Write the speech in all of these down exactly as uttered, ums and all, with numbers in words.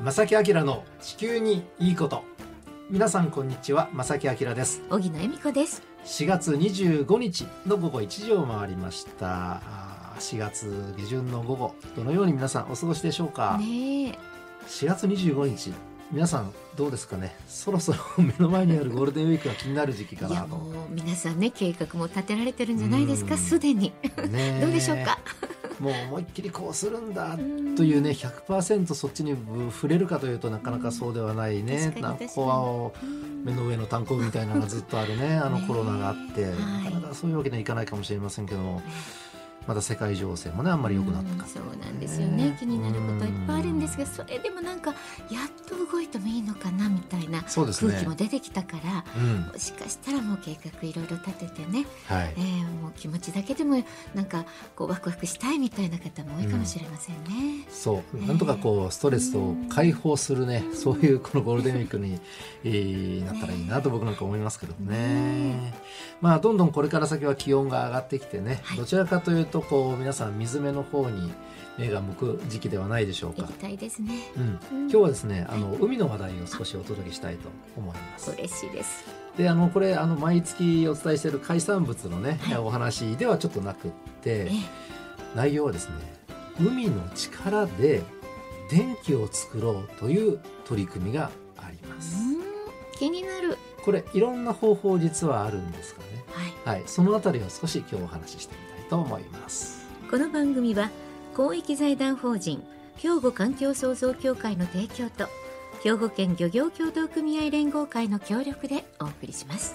正木明の地球にいいこと。皆さんこんにちは、正木明です。 荻野恵美子です。 しがつにじゅうごにちの午後いちじを回りました。しがつ下旬の午後、どのように皆さんお過ごしでしょうか。 ねえ、 しがつにじゅうごにち、皆さんどうですかね。そろそろ目の前にあるゴールデンウィークが気になる時期かなと。 いやもう皆さんね、計画も立てられてるんじゃないですか、すでにねどうでしょうか。 もう思いっきりこうするんだというね ひゃくパーセント そっちに触れるかというとなかなかそうではないね。なんかこう目の上の炭鉱みたいなのがずっとあるねあのコロナがあって、なかなかそういうわけにはいかないかもしれませんけども、まだ世界情勢もねあんまり良くなったか、 そうなんですよね。気になることいっぱいあるんですが、それでもなんかやっと動いてもいいのかなみたいな空気も出てきたから、 うん、 もしかしたらもう計画いろいろ立ててね、 はい、 えー、もう気持ちだけでもなんかこうワクワクしたいみたいな方も多いかもしれませんね、 うん、そう、なんとかこうストレスを解放するね、そういうこのゴールデンウィークに、えー、なったらいいなと僕なんか思いますけどね。まあどんどんこれから先は気温が上がってきてね、はい、どちらかというとこう皆さん水辺の方に目が向く時期ではないでしょうか。 行きたいですね、 うん、今日はですね、あの海の話題を少しお届けしたいと思います。 嬉しいです。 で、あのこれあの毎月お伝えしている海産物のね、はい、お話ではちょっとなくって、内容はですね、海の力で電気を作ろうという取り組みがあります。 うん、気になる。 これいろんな方法実はあるんですかね、はいはい、そのあたりを少し今日お話ししてみたいと思います。 この番組は公益財団法人兵庫環境創造協会の提供と兵庫県漁業協同組合連合会の協力でお送りします。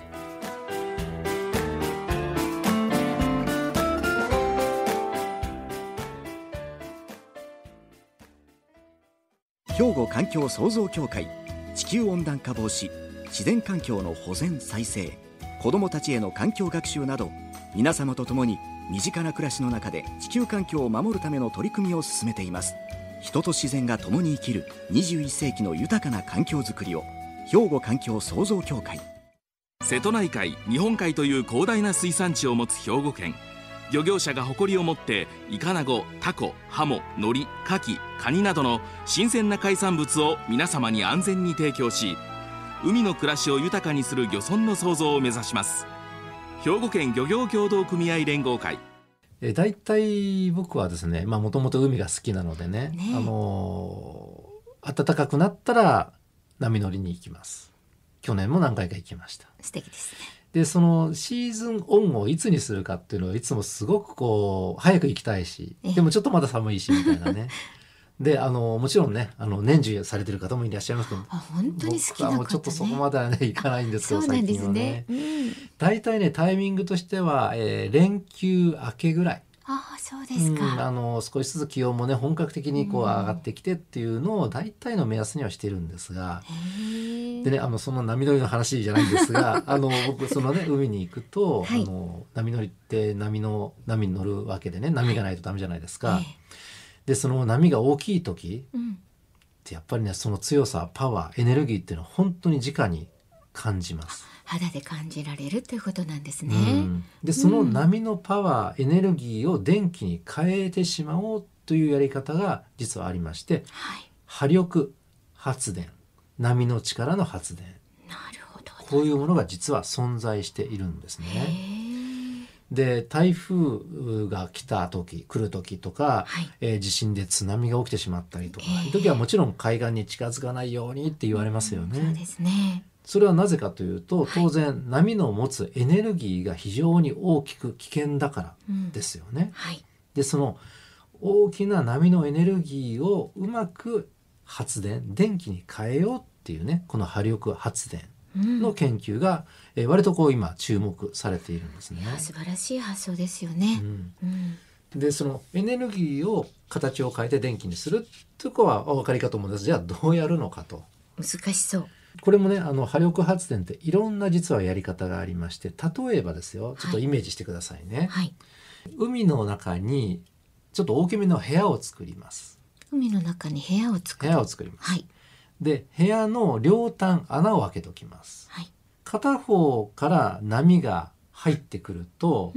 兵庫環境創造協会、地球温暖化防止、自然環境の保全再生、子どもたちへの環境学習など、皆様と共に身近な暮らしの中で地球環境を守るための取り組みを進めています。人と自然が共に生きるにじゅういっせいきの豊かな環境づくりを、兵庫環境創造協会。 瀬戸内海、日本海という広大な水産地を持つ兵庫県。漁業者が誇りを持ってイカナゴ、タコ、ハモ、ノリ、カキ、カニなどの新鮮な海産物を皆様に安全に提供し、海の暮らしを豊かにする漁村の創造を目指します。兵庫県漁業協同組合連合会。 えだいたい僕はですね、もともと海が好きなので ね, ねあのー、暖かくなったら波乗りに行きます。去年も何回か行きました。 素敵ですね。 でそのシーズンオンをいつにするかっていうのはいつもすごくこう早く行きたいし、でもちょっとまだ寒いしみたいなねであのもちろんね、あの年中されてる方もいらっしゃいますけど、 あ本当に好きな方、ね、僕はもうちょっとそこまではねいかないんですけど、最近はね、 うん、 だいたいねタイミングとしては、えー、連休明けぐらい。 ああそうですか、 うん、あの少しずつ気温もね本格的にこう上がってきてっていうのを大体の目安にはしているんですが、でね、あのその波乗りの話じゃないんですがあの僕そのね海に行くと、はい、あの波乗りって波の波に乗るわけでね、波がないとダメじゃないですか、はい、でその波が大きい時、うん、ってやっぱりねその強さ、パワー、エネルギーっていうのは本当に直に感じます。 肌で感じられるということなんですね、 うん、でその波のパワー、エネルギーを電気に変えてしまおうというやり方が実はありまして、はい、波力発電、波の力の発電、 なるほど、 こういうものが実は存在しているんですね。で台風が来た時、来る時とか、はい、えー、地震で津波が起きてしまったりとか、いう時はもちろん海岸に近づかないようにって言われますよね、 うん、そうですね。 それはなぜかというと、当然波の持つエネルギーが非常に大きく危険だからですよね、うん、はい、でその大きな波のエネルギーをうまく発電、電気に変えようっていうね、この波力発電の研究が、うん、え割とこう今注目されているんですね。 いや素晴らしい発想ですよね、うんうん、でそのエネルギーを形を変えて電気にするということはお分かりかと思うんです。じゃあどうやるのかと。 難しそう。 これもね、あの波力発電っていろんな実はやり方がありまして、例えばですよ、ちょっとイメージしてくださいね、はい、海の中にちょっと大きめの部屋を作ります。 海の中に部屋を作る部屋を作ります、 はい、 で部屋の両端穴を開けておきます、はい、片方から波が入ってくると、うん、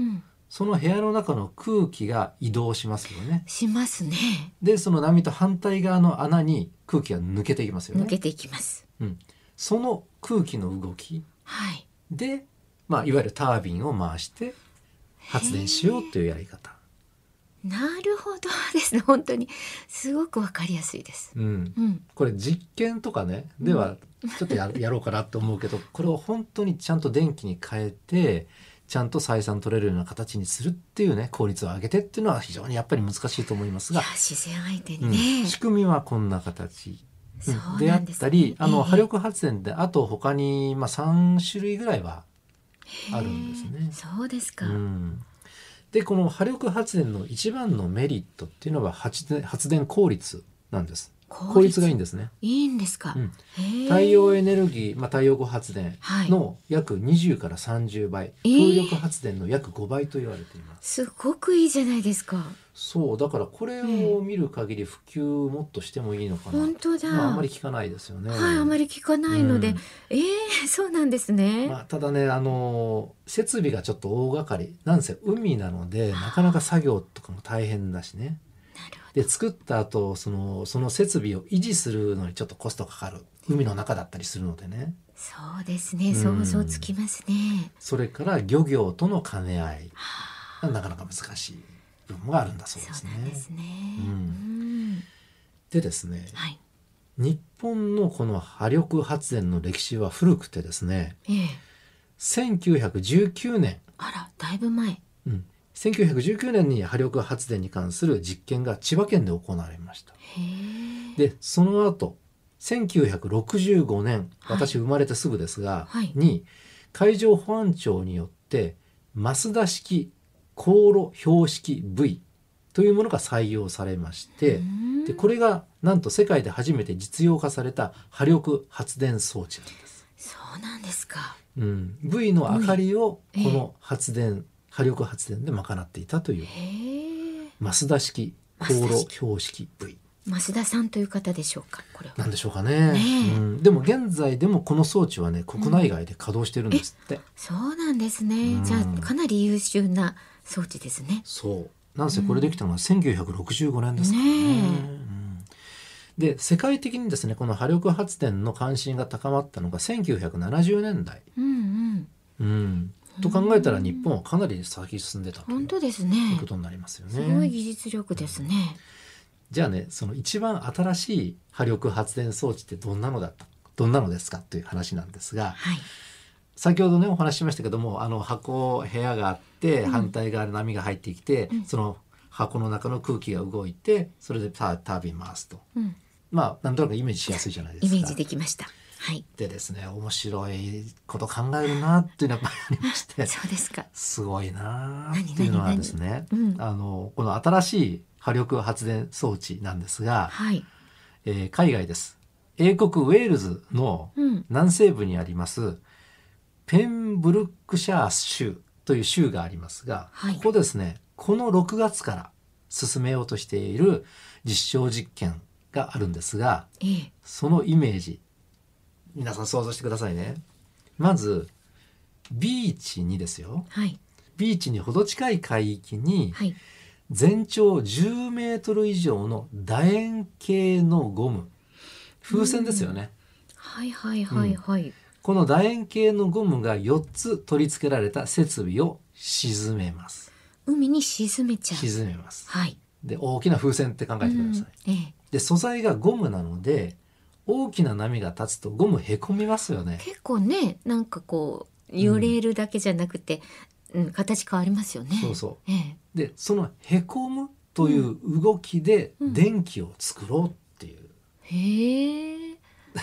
その部屋の中の空気が移動しますよね。 しますね。 でその波と反対側の穴に空気が抜けていきますよね。 抜けていきます。 うん、その空気の動きはいで、まあ、いわゆるタービンを回して発電しようというやり方。 なるほどですね。本当にすごくわかりやすいです。 うんうん、 これ実験とかねではちょっと や, やろうかなと思うけどこれを本当にちゃんと電気に変えてちゃんと採算取れるような形にするっていうね効率を上げてっていうのは非常にやっぱり難しいと思いますが、 いや自然相手にね、 うん、仕組みはこんな形そうなんであですねったり、あのええ波力発電であと他にまあさん種類ぐらいはあるんですね。 そうですか。 うんでこの波力発電の一番のメリットっていうのは発電、発電効率なんです。効率がいいんですね。 いいんですか。 うんへえ太陽エネルギー、まあ、太陽光発電はいの約にじゅうからさんじゅうばい、 えー風力発電の約ごばいと言われています。 すごくいいじゃないですか。 そうだからこれを見る限り普及もっとしてもいいのかな、 本当だ。 まあ、あんまり聞かないですよね。 はい、あまり聞かないので、 うんえー、そうなんですね。 まあ、ただねあの設備がちょっと大掛かりなんせ海なのでなかなか作業とかも大変だしね。 なるほで作った後そのその設備を維持するのにちょっとコストかかる海の中だったりするのでね。 ど。そうですね。 うん想像つきますね。 それから漁業との兼ね合いはあ、 なかなか難しい部分があるんだそうですね。 そうなんですね。 うんうんでですねはい。 日本のこの波力発電の歴史は古くてですねええせんきゅうひゃくじゅうきゅうねん、 あら、だいぶ前。 うん、せんきゅうひゃくじゅうきゅうねんに波力発電に関する実験が千葉県で行われました。 へえ。 でその後せんきゅうひゃくろくじゅうごねん、 はい私生まれてすぐですが、 はいに海上保安庁によって増田式航路標識 V というものが採用されましてうんでこれがなんと世界で初めて実用化された波力発電装置なんです。 そうなんですか。 うん、V の明かりをこええの発電、波力発電で賄っていたというへえ。 増田式航路標識 V 増田さんという方でしょうか。これは。 なんでしょうかね。 ねえうん、でも現在でもこの装置はね国内外で稼働してるんですって。 そうなんですね。 うんじゃあかなり優秀な装置ですね。 そうなんせこれできたのはせんきゅうひゃくろくじゅうごねんですからね。 ねえうんで世界的にですねこの波力発電の関心が高まったのがせんきゅうひゃくななじゅうねんだい、 うんうん。 うん、と考えたら日本はかなり先進んでたという本当ですいうねこ。とになりますよね。 すごい技術力ですね。 じゃあねその一番新しい波力発電装置ってどんなのだったどんなのですかという話なんですが、 はい。 先ほどねお話ししましたけどもあの箱部屋があってうん反対側に波が入ってきて、 うんその箱の中の空気が動いてそれでタータービン回すとうん。 まあなんとなくイメージしやすいじゃないですか。 イメージできました。はい。 でですね面白いこと考えるなっていうのがありましてそうですか。 すごいなっていうのはですねうん。 あのこの新しい波力発電装置なんですが、 はい。 えー海外です。英国ウェールズのうん。 南西部にありますペンブルックシャー州という州がありますが、 はいここですねこのろくがつから進めようとしている実証実験があるんですがええ。 そのイメージ皆さん想像してくださいね。まずビーチにですよはい。 ビーチにほど近い海域にはい。 全長じゅうメートル以上の楕円形のゴム風船ですよね。 はいはいはいはい。 この楕円形のゴムがよっつ取り付けられた設備を沈めます。 海に沈めちゃう。 沈めます。 はい。 で大きな風船って考えてください。 うんええ。 で素材がゴムなので大きな波が立つとゴムへこみますよね。 結構ね、なんかこう揺れるだけじゃなくて、うん、形変わりますよね。 そうそええ。 う。でそのへこむという動きでうん電気を作ろうっていう、 へえ。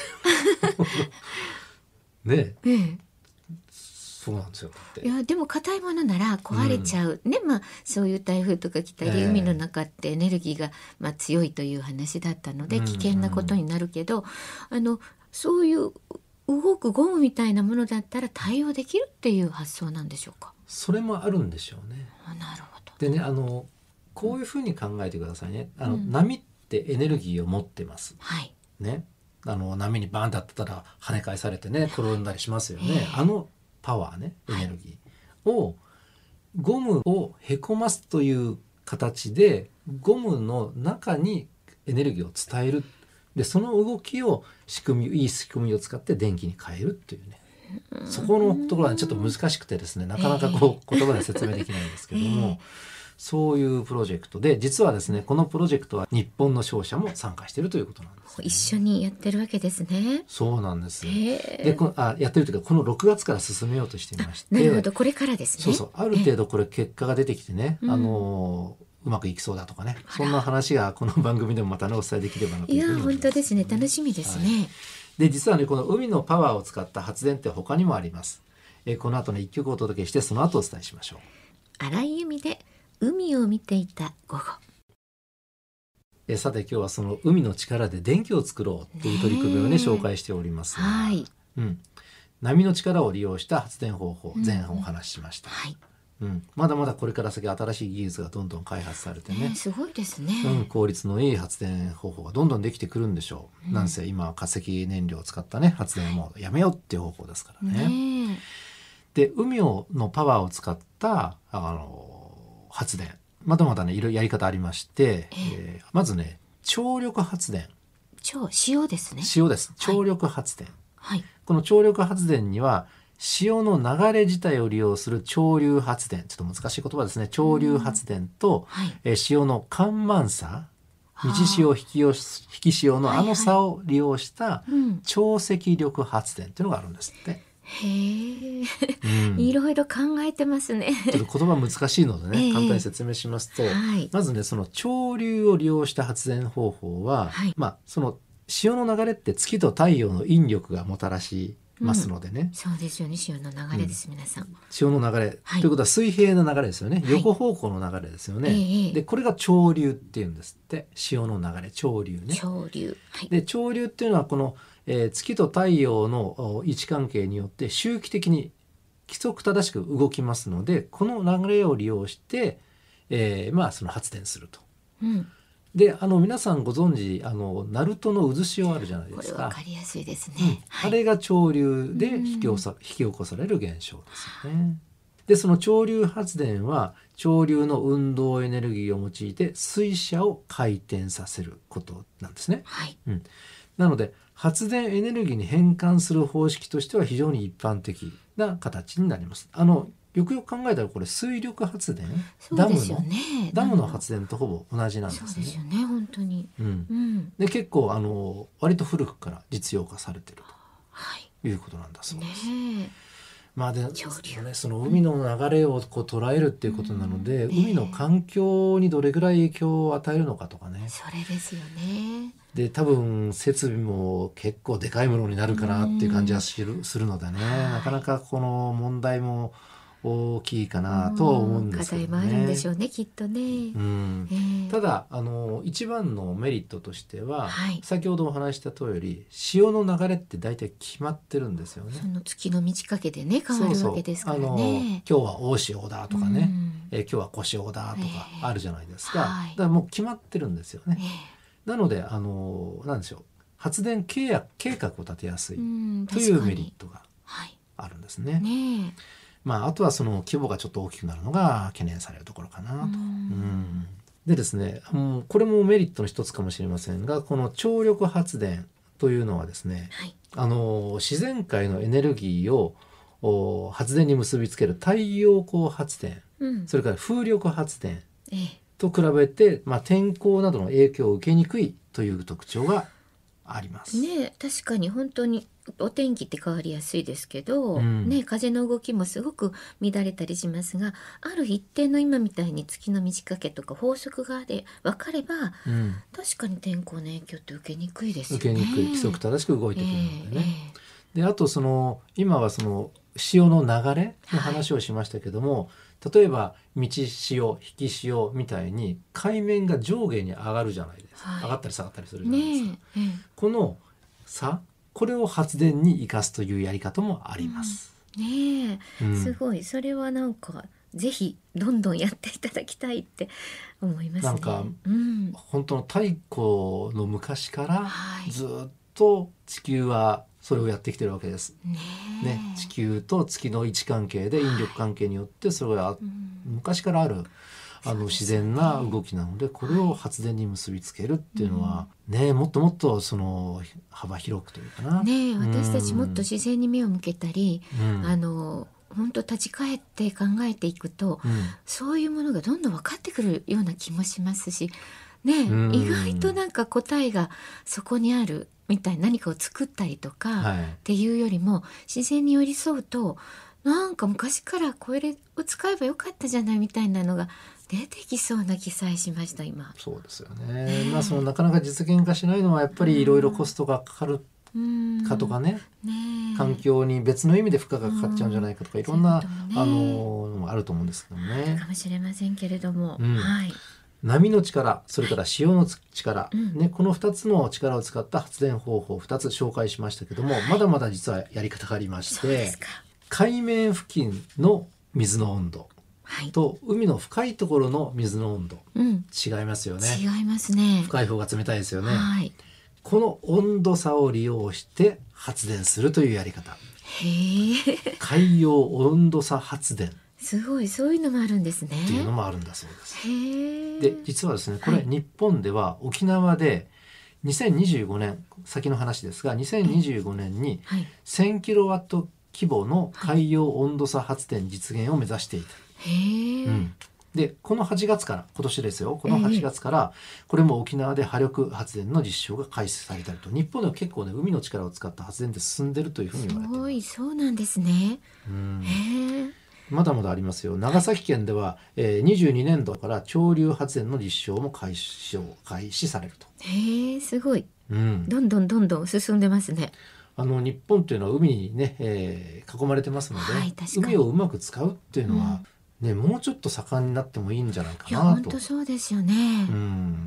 ねええ。 そうなんですよ。だっていやでも硬いものなら壊れちゃう、ねまあそういう台風とか来たり、 ええ海の中ってエネルギーが、まあ、強いという話だったのでうん危険なことになるけど、あのそういう動くゴムみたいなものだったら対応できるっていう発想なんでしょうか。 それもあるんでしょうね。 あなるほど。 でねあのこういうふうに考えてくださいね。あの、 うん波ってエネルギーを持ってます。 はい。 ね、あの波にバーンって当たったら跳ね返されてね転んだりしますよね、 ええあのパワーねエネルギーをゴムをへこますという形でゴムの中にエネルギーを伝える。でその動きを仕組みいい仕組みを使って電気に変えるというね、そこのところはちょっと難しくてですね、なかなかこう言葉で説明できないんですけれども、えー、そういうプロジェクトで、実はですねこのプロジェクトは日本の商社も参加しているということなんです、ね、 一緒にやってるわけですね。 そうなんです、 えー、 でこあやってるというかこのろくがつから進めようとしていまして、 なるほど、これからですね。 そうそう、ある程度これ結果が出てきてね、えー、あのーうまくいきそうだとかね、そんな話がこの番組でもまたねお伝えできればなというふうに思います。 いや本当ですね、楽しみですね、はい、 で実はねこの海のパワーを使った発電って他にもあります。えこの後ねいっきょくお届けして、その後お伝えしましょう。 荒井由実で海を見ていた午後。 えさて今日はその海の力で電気を作ろうっていう取り組みをね紹介しております。 はい、 うん、波の力を利用した発電方法、前半お話ししました、うんはいうん、まだまだこれから先新しい技術がどんどん開発されてね、 ねすごいですね、 うん、効率のいい発電方法がどんどんできてくるんでしょう、うん、なんせ今化石燃料を使ったね発電もやめようっていう方法ですからね、ねで海をのパワーを使ったあの発電まだまだねいろいろやり方ありまして、えーえー、まずね潮力発電。 潮潮ですね。 潮です。潮力発電、 はいはい、この潮力発電には潮の流れ自体を利用する潮流発電、ちょっと難しい言葉ですね。潮流発電と、はいえー、潮の干満差、満ち潮引きよ引き潮のあの差を利用した潮汐力発電というのがあるんですって。 へえ、うん、いろいろ考えてますね。 ちょっと言葉難しいのでね、えー、簡単に説明しますと、はい、まずねその潮流を利用した発電方法は、はい、まあその潮の流れって月と太陽の引力がもたらしますのでね、 うん、そうですよね、潮の流れです、うん、皆さん潮の流れ、はい、ということは水平な流れですよね、はい、横方向の流れですよね、はい、でこれが潮流っていうんですって。潮の流れ、潮流ね、 潮流、はい、 で潮流っていうのはこの、えー、月と太陽の位置関係によって周期的に規則正しく動きますので、この流れを利用して、えー、まあその発電すると、うんであの皆さんご存知あの鳴門の渦潮あるじゃないですか。 これ分かりやすいですね、 うんはい、あれが潮流で引き起こさ、引き起こされる現象ですよね。でその潮流発電は潮流の運動エネルギーを用いて水車を回転させることなんですね、はいうん、なので発電エネルギーに変換する方式としては非常に一般的な形になります。あのよくよく考えたらこれ水力発電、 そうですよね、 ダムのダムの発電とほぼ同じなんですね。 そうですよね本当に、 うんうん、で結構あの割と古くから実用化されているということなんだそうです、ねまあでね、その海の流れをこう捉えるっていうことなので、うんね、海の環境にどれぐらい影響を与えるのかとかね、 それですよね。 で多分設備も結構でかいものになるかなっていう感じはする、するのでね、なかなかこの問題も大きいかなとは思うんですけどね。 課題もあるんでしょうねきっとね、 うんえー、ただあの一番のメリットとしては、はい、先ほどお話した通り潮の流れって大体決まってるんですよね。 その月の満ち欠けでね変わるわけですからね。そうそうあの今日は大潮だとかね、え今日は小潮だとかあるじゃないですか、えーはい、だからもう決まってるんですよね、えー、なのであのなんでしょう発電契約計画を立てやすいというメリットがあるんですね。はいねまあ、あとはその規模がちょっと大きくなるのが懸念されるところかなと。うんうんでですね、もうこれもメリットの一つかもしれませんが、この潮力発電というのはですね、はい、あの自然界のエネルギーを発電に結びつける太陽光発電、うん、それから風力発電と比べて、まあ、天候などの影響を受けにくいという特徴があります。 ね、確かに本当にお天気って変わりやすいですけど、うんね、風の動きもすごく乱れたりしますが、ある一定の今みたいに月の満ち欠けとか法則がで分かれば、うん、確かに天候の影響って受けにくいですよね。 受けにくい、規則正しく動いてくるのでね、えーえー、であとその今はその潮の流れの話をしましたけども、はい、例えば満ち潮引き潮みたいに海面が上下に上がるじゃないですか、はい、上がったり下がったりするじゃないですか、ねえー、この差これを発電に生かすというやり方もあります、 うん、ねえ、うん、すごいそれはなんかぜひどんどんやっていただきたいって思いますね。 なんか、うん、本当の太古の昔からずっと地球はそれをやってきてるわけです。 ねね、地球と月の位置関係で引力関係によってそれは昔からあるあの自然な動きなので、これを発電に結びつけるっていうのはね、もっともっとその幅広くというかな、 ね、私たちもっと自然に目を向けたり、 うん、 あの本当立ち返って考えていくと、うん、そういうものがどんどん分かってくるような気もしますし、ね、うん、意外となんか答えがそこにあるみたい、何かを作ったりとか、はい、っていうよりも自然に寄り添うと、なんか昔からこれを使えばよかったじゃないみたいなのが出てきそうな気さえしました今。 そうですよね、まあ、そのなかなか実現化しないのはやっぱりいろいろコストがかかるかとか ね, ね環境に別の意味で負荷がかかっちゃうんじゃないかとか、いろんな、ね、あのあると思うんですけどね。 かもしれませんけれども、 うん、 はい、 波の力、それから潮の力、はい、ね、このふたつの力を使った発電方法ふたつ紹介しましたけども、はい、まだまだ実はやり方がありまして、海面付近の水の温度と海の深いところの水の温度、うん、違いますよね。 違いますね。 深い方が冷たいですよね、 はい、 この温度差を利用して発電するというやり方。 へー海洋温度差発電、 すごい、そういうのもあるんですね。 っていうのもあるんだそうです。 へーで実はですね、これ、はい、日本では沖縄でにせんにじゅうごねん先の話ですが、にせんにじゅうごねんにせんキロワット規模の海洋温度差発電実現を目指していた。 へー、 うん、でこのはちがつから今年ですよ、このはちがつからこれも沖縄で波力発電の実証が開始されたりと、日本では結構ね、海の力を使った発電で進んでるというふうに言われています。 すごい、そうなんですね。 うん、 へー、 まだまだありますよ。長崎県では、えー、にじゅうにねんどから潮流発電の実証も開始開始されると。 へー、すごい、 うん、 どんどんどんどん進んでますね。 あの日本というのは海にね、えー、囲まれてますので、 はい、 海をうまく使うっていうのは、うんね、もうちょっと盛んになってもいいんじゃないかなと。 いや本当そうですよね。 うん、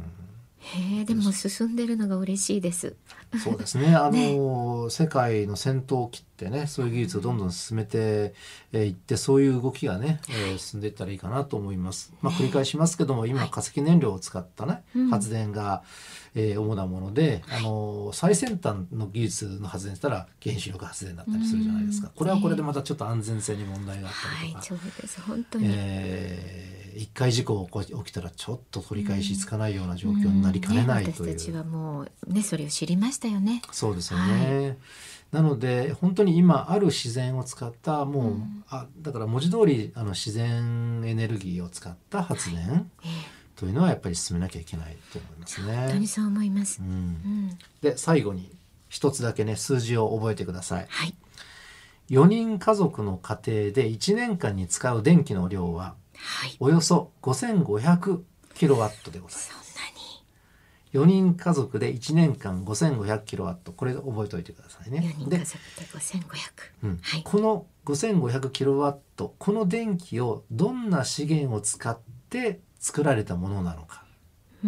へー、でも進んでるのが嬉しいです。 そうですね、あのね、 世界の先頭を切ってね、そういう技術をどんどん進めていって、そういう動きがね、えー、進んでいったらいいかなと思います。まあ、繰り返しますけども、今化石燃料を使ったね、はい、発電が、えー、主なもので、あの最先端の技術の発電したら原子力発電だったりするじゃないですか。これはこれでまたちょっと安全性に問題があったりとか、 はい、そうです本当に、 えー、一回事故が起きたらちょっと取り返しつかないような状況になりかねないという、 ね、私たちはもうねそれを知りましたよね。 そうですよね、はい、なので本当に今ある自然を使ったもう、うん、あだから文字通りあの自然エネルギーを使った発電、はい、えーというのはやっぱり進めなきゃいけないと思いますね。 本当にそう思います、 うんうん、で最後に一つだけね数字を覚えてください、 はい、 よにん家族の家庭でいちねんかんに使う電気の量は、はい、およそごせんごひゃくキロワットでございます。 そんなによにん家族でいちねんかんごせんごひゃくキロワット、これ覚えておいてくださいね。 よにん家族でごせんごひゃく、 うんはい、 このごせんごひゃくキロワット、この電気をどんな資源を使って作られたものなのか、 うん、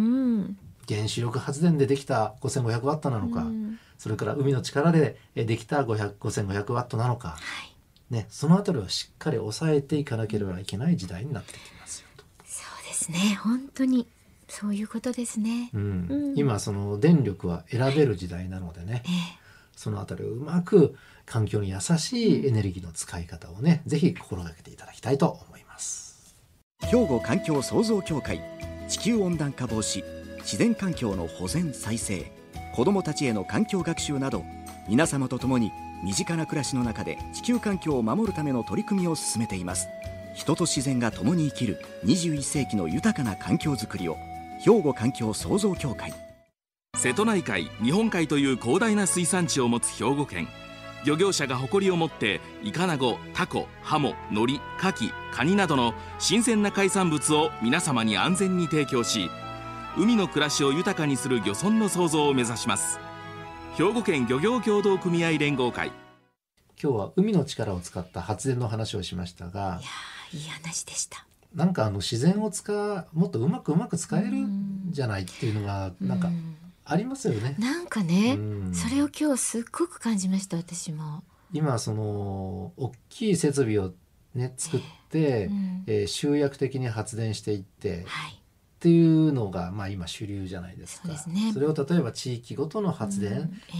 原子力発電でできたごせんごひゃくワットなのか、うん、それから海の力でできたごせんごひゃくワットなのか、はいね、そのあたりをしっかり抑えていかなければいけない時代になってきますよと。 そうですね、本当にそういうことですね、 うんうん、今その電力は選べる時代なのでね、はい、そのあたりをうまく環境に優しいエネルギーの使い方をね、ぜひ心がけていただきたいと思います。 兵庫環境創造協会、地球温暖化防止、自然環境の保全再生、子どもたちへの環境学習など、皆様と共に身近な暮らしの中で地球環境を守るための取り組みを進めています。人と自然が共に生きるにじゅういっせいきの豊かな環境づくりを、兵庫環境創造協会。 瀬戸内海、日本海という広大な水産地を持つ兵庫県。漁業者が誇りを持ってイカナゴ、タコ、ハモ、ノリ、カキ、カニなどの新鮮な海産物を皆様に安全に提供し、海の暮らしを豊かにする漁村の創造を目指します。兵庫県漁業協同組合連合会。 今日は海の力を使った発電の話をしましたが、 いやいい話でした。 なんかあの自然を使うもっとうまくうまく使えるんじゃないっていうのがなんかありますよね。 なんかね、それを今日すっごく感じました。私も今その大きい設備をね作って、うんえー、集約的に発電していって、はい、っていうのがまあ今主流じゃないですか。 そうですね。 それを例えば地域ごとの発電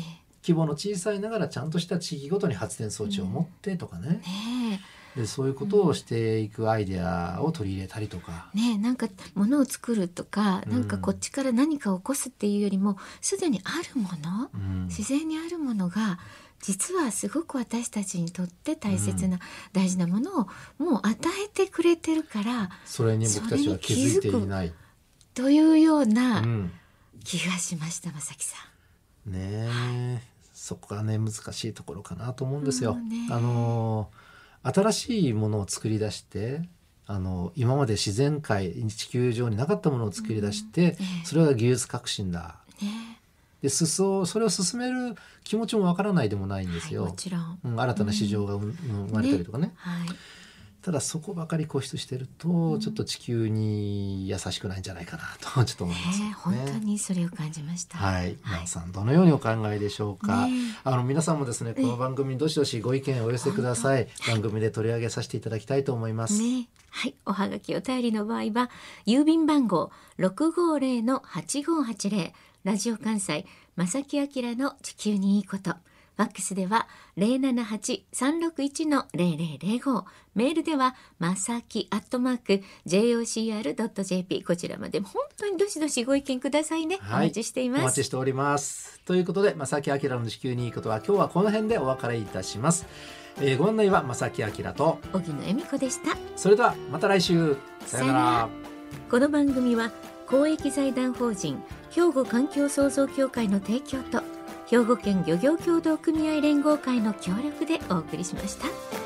規模の小さいながらちゃんとした地域ごとに発電装置を持ってとかね、 うんねでそういうことをしていくアイデアを取り入れたりとか、 ねえ、なんか物を作るとか、 うんなんかこっちから何かを起こすっていうよりもすでにあるもの、 うん自然にあるものが実はすごく私たちにとって大切な、 うん大事なものをもう与えてくれてるから、 それに僕たちは気づいていない、 というよううなん気がしました、正木さん。 ねえ、そこがね難しいところかなと思うんですよ。 うんねあの新しいものを作り出してあの今まで自然界地球上になかったものを作り出して、 うんええそれが技術革新だねで裾それを進める気持ちもわからないでもないんですよ、 はい、もちろん、 うん、新たな市場が生生まれたりとかね、 はい、 ただそこばかり固執してると、ちょっと地球に優しくないんじゃないかなとちょっと思いますよね。 ね本当にそれを感じました。 はい、皆さんどのようにお考えでしょうか。 ねあの皆さんもですね、この番組にどしどしご意見をお寄せください。番組で取り上げさせていただきたいと思います。 ね、はい、おはがきお便りの場合は郵便番号 ろくごーぜろのはちごーはちぜろ ラジオ関西正木明の地球にいいこと、ファックスでは ゼロななはち さんろくいち のゼロゼロゼロご、メールではまさきアットマーク ジェイオーシーアールドットジェーピー、 こちらまで本当にどしどしご意見くださいね、 はい、 お待ちしています。 お待ちしております。ということで、正木明の地球にいいことは今日はこの辺でお別れいたします。えー、ご案内は正木明と荻野恵美子でした。 それではまた来週、さよなら。 この番組は公益財団法人兵庫環境創造協会の提供と兵庫県漁業協同組合連合会の協力でお送りしました。